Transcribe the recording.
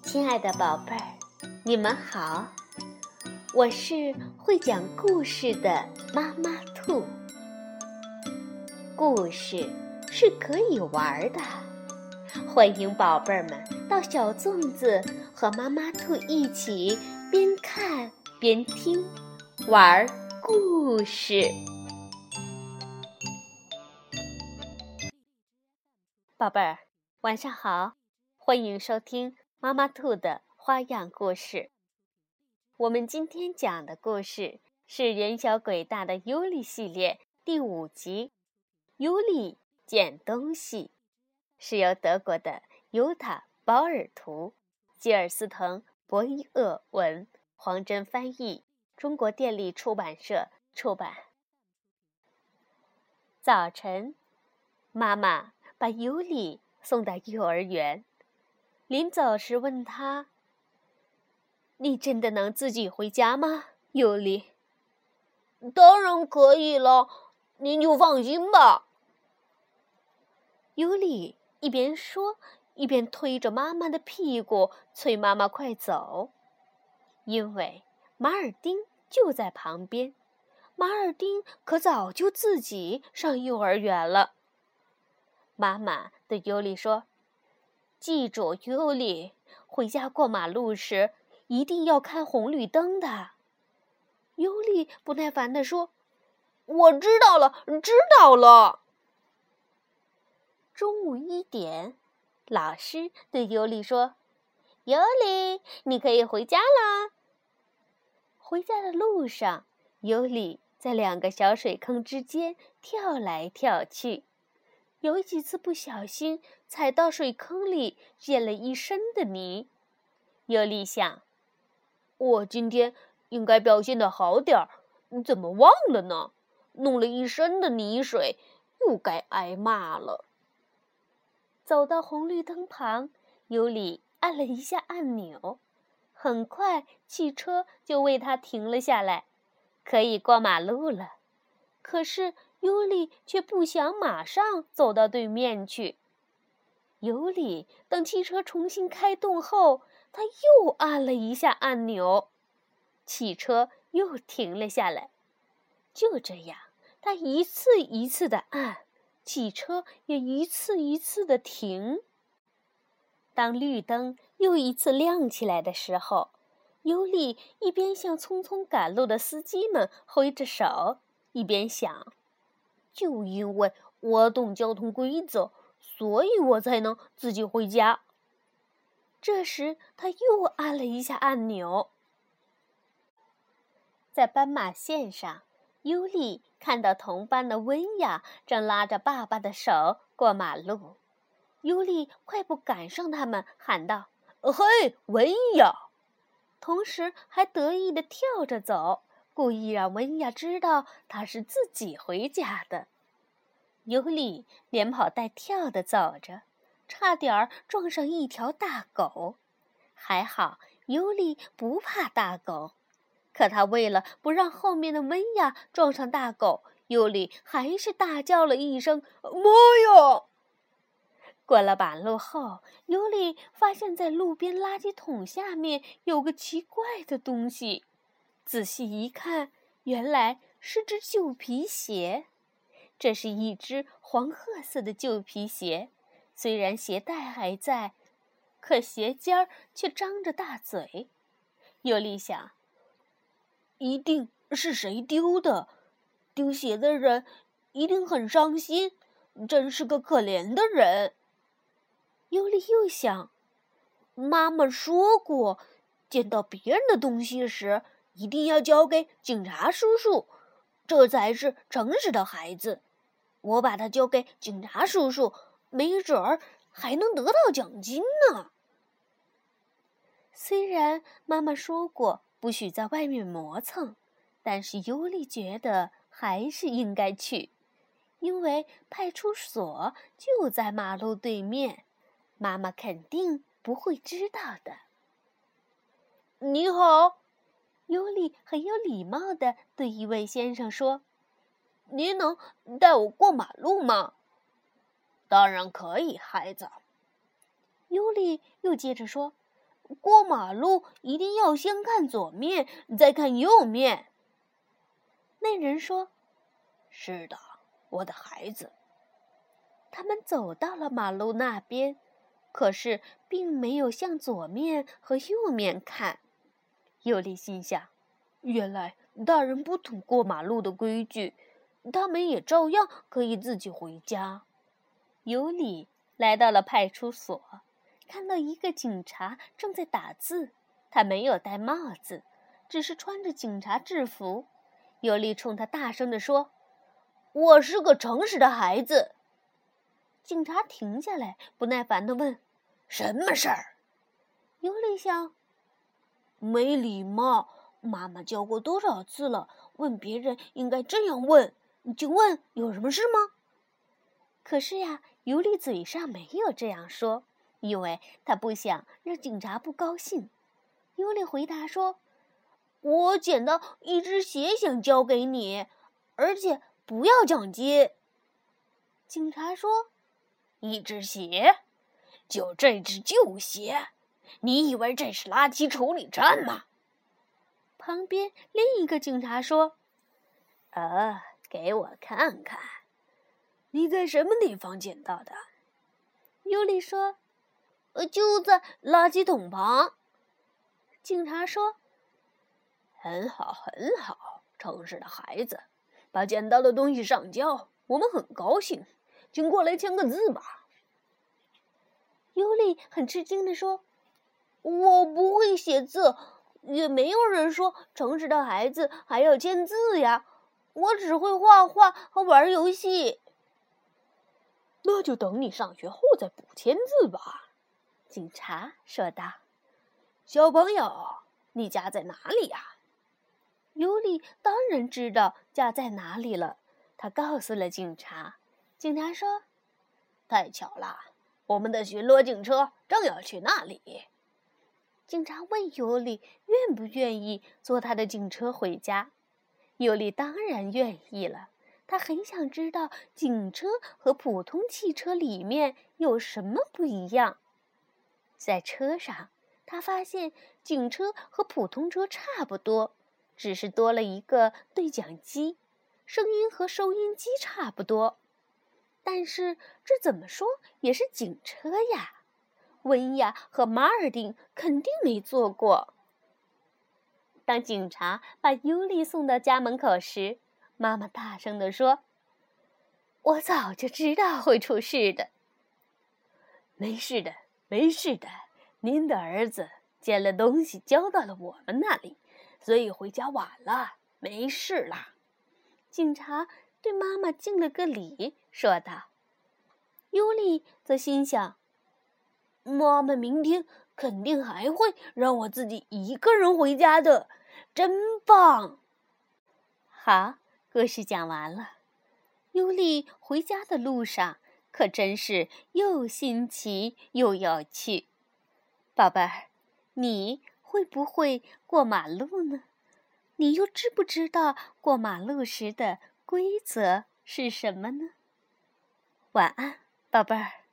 亲爱的宝贝儿，你们好，我是会讲故事的妈妈兔。故事是可以玩的，欢迎宝贝儿们到小粽子和妈妈兔一起边看边听，玩故事。宝贝儿，晚上好，欢迎收听妈妈兔的花样故事。我们今天讲的故事是人小鬼大的尤里系列第5集尤里捡东西，是由德国的尤塔·保尔图、吉尔斯滕·博伊厄文、黄真翻译，中国电力出版社出版。早晨，妈妈把尤里送到幼儿园，临走时问他：“你真的能自己回家吗，尤里？”“ 当然可以了，您就放心吧。” 尤里一边说，一边推着妈妈的屁股，催妈妈快走。因为马尔丁就在旁边，马尔丁可早就自己上幼儿园了。妈妈对尤里说：“记住，尤里，回家过马路时一定要看红绿灯的。”尤里不耐烦地说：“ 我知道了，知道了。” 中午1点，老师对尤里说：“尤里，你可以回家啦。”回家的路上，尤里在2个小水坑之间跳来跳去，有几次不小心踩到水坑里，溅了一身的泥。尤里想， 我今天应该表现得好点儿，怎么忘了呢？弄了一身的泥水，又该挨骂了。 走到红绿灯旁，尤里按了一下按钮，很快汽车就为他停了下来，可以过马路了。可是尤里却不想马上走到对面去。尤里等汽车重新开动后，他又按了一下按钮，汽车又停了下来。就这样，他一次一次地按，汽车也一次一次地停。当绿灯又一次亮起来的时候，尤里一边向匆匆赶路的司机们挥着手，一边想，就因为我懂交通规则，所以我才能自己回家。这时他又按了一下按钮。在斑马线上，尤里看到同班的温雅正拉着爸爸的手过马路。尤里快步赶上他们，喊道：“ 嘿，温雅！” 同时还得意地跳着走，故意让温雅知道他是自己回家的。尤里连跑带跳地走着，差点撞上一条大狗。还好尤里不怕大狗，可他为了不让后面的温雅撞上大狗，尤里还是大叫了一声：“ 妈呀！” 过了马路后，尤里发现在路边垃圾桶下面有个奇怪的东西。仔细一看，原来是只旧皮鞋。这是一只黄褐色的旧皮鞋，虽然鞋带还在，可鞋尖儿却张着大嘴。尤里想， 一定是谁丢的，丢鞋的人一定很伤心，真是个可怜的人。 尤里又想， 妈妈说过，捡到别人的东西时，一定要交给警察叔叔，这才是诚实的孩子。我把它交给警察叔叔，没准儿还能得到奖金呢。 虽然妈妈说过不许在外面磨蹭，但是尤里觉得还是应该去，因为派出所就在马路对面。妈妈肯定不会知道的。 “你好。” 尤里很有礼貌地对一位先生说：“ 您能带我过马路吗？”“当然可以，孩子。” 尤里又接着说：“ 过马路一定要先看左面，再看右面。 那人说：“ 是的，我的孩子。” 他们走到了马路那边，可是并没有向左面和右面看。尤里心想， 原来大人不懂过马路的规矩，他们也照样可以自己回家。 尤里来到了派出所，看到一个警察正在打字，他没有戴帽子，只是穿着警察制服。尤里冲他大声地说：“ 我是个诚实的孩子。” 警察停下来，不耐烦地问：“ 什么事儿？” 尤里想， 没礼貌，妈妈教过多少次了，问别人应该这样问。请问有什么事吗？ 可是呀，尤里嘴上没有这样说，因为他不想让警察不高兴。尤里回答说：“ 我捡到一只鞋，想交给你，而且不要奖金。” 警察说：“ 一只鞋？就这只旧鞋？你以为这是垃圾处理站吗？” 旁边另一个警察说：“ 给我看看，你在什么地方捡到的？” 尤里说：“ 就在垃圾桶旁。” 警察说：“ 很好，很好，诚实的孩子，把捡到的东西上交，我们很高兴，请过来签个字吧。” 尤里很吃惊地说：“ 我不会写字，也没有人说诚实的孩子还要签字呀，我只会画画和玩游戏。”那就等你上学后再补签字吧， 警察说道。 “小朋友，你家在哪里呀？” 尤里当然知道家在哪里了，他告诉了警察。警察说：“ 太巧了，我们的巡逻警车正要去那里。” 警察问尤里愿不愿意坐他的警车回家。尤里当然愿意了，他很想知道警车和普通汽车里面有什么不一样。在车上，他发现警车和普通车差不多，只是多了一个对讲机，声音和收音机差不多。但是这怎么说也是警车呀，温亚和马尔丁肯定没坐过。当警察把尤里送到家门口时，妈妈大声地说：“我早就知道会出事的。”“ 没事的，没事的，您的儿子捡了东西交到了我们那里，所以回家晚了，没事啦。” 警察对妈妈敬了个礼，说道。尤里则心想， 妈妈明天肯定还会让我自己一个人回家的，真棒。 好，故事讲完了。尤里回家的路上可真是又新奇又有趣。宝贝儿，你会不会过马路呢？你又知不知道过马路时的规则是什么呢？晚安，宝贝儿。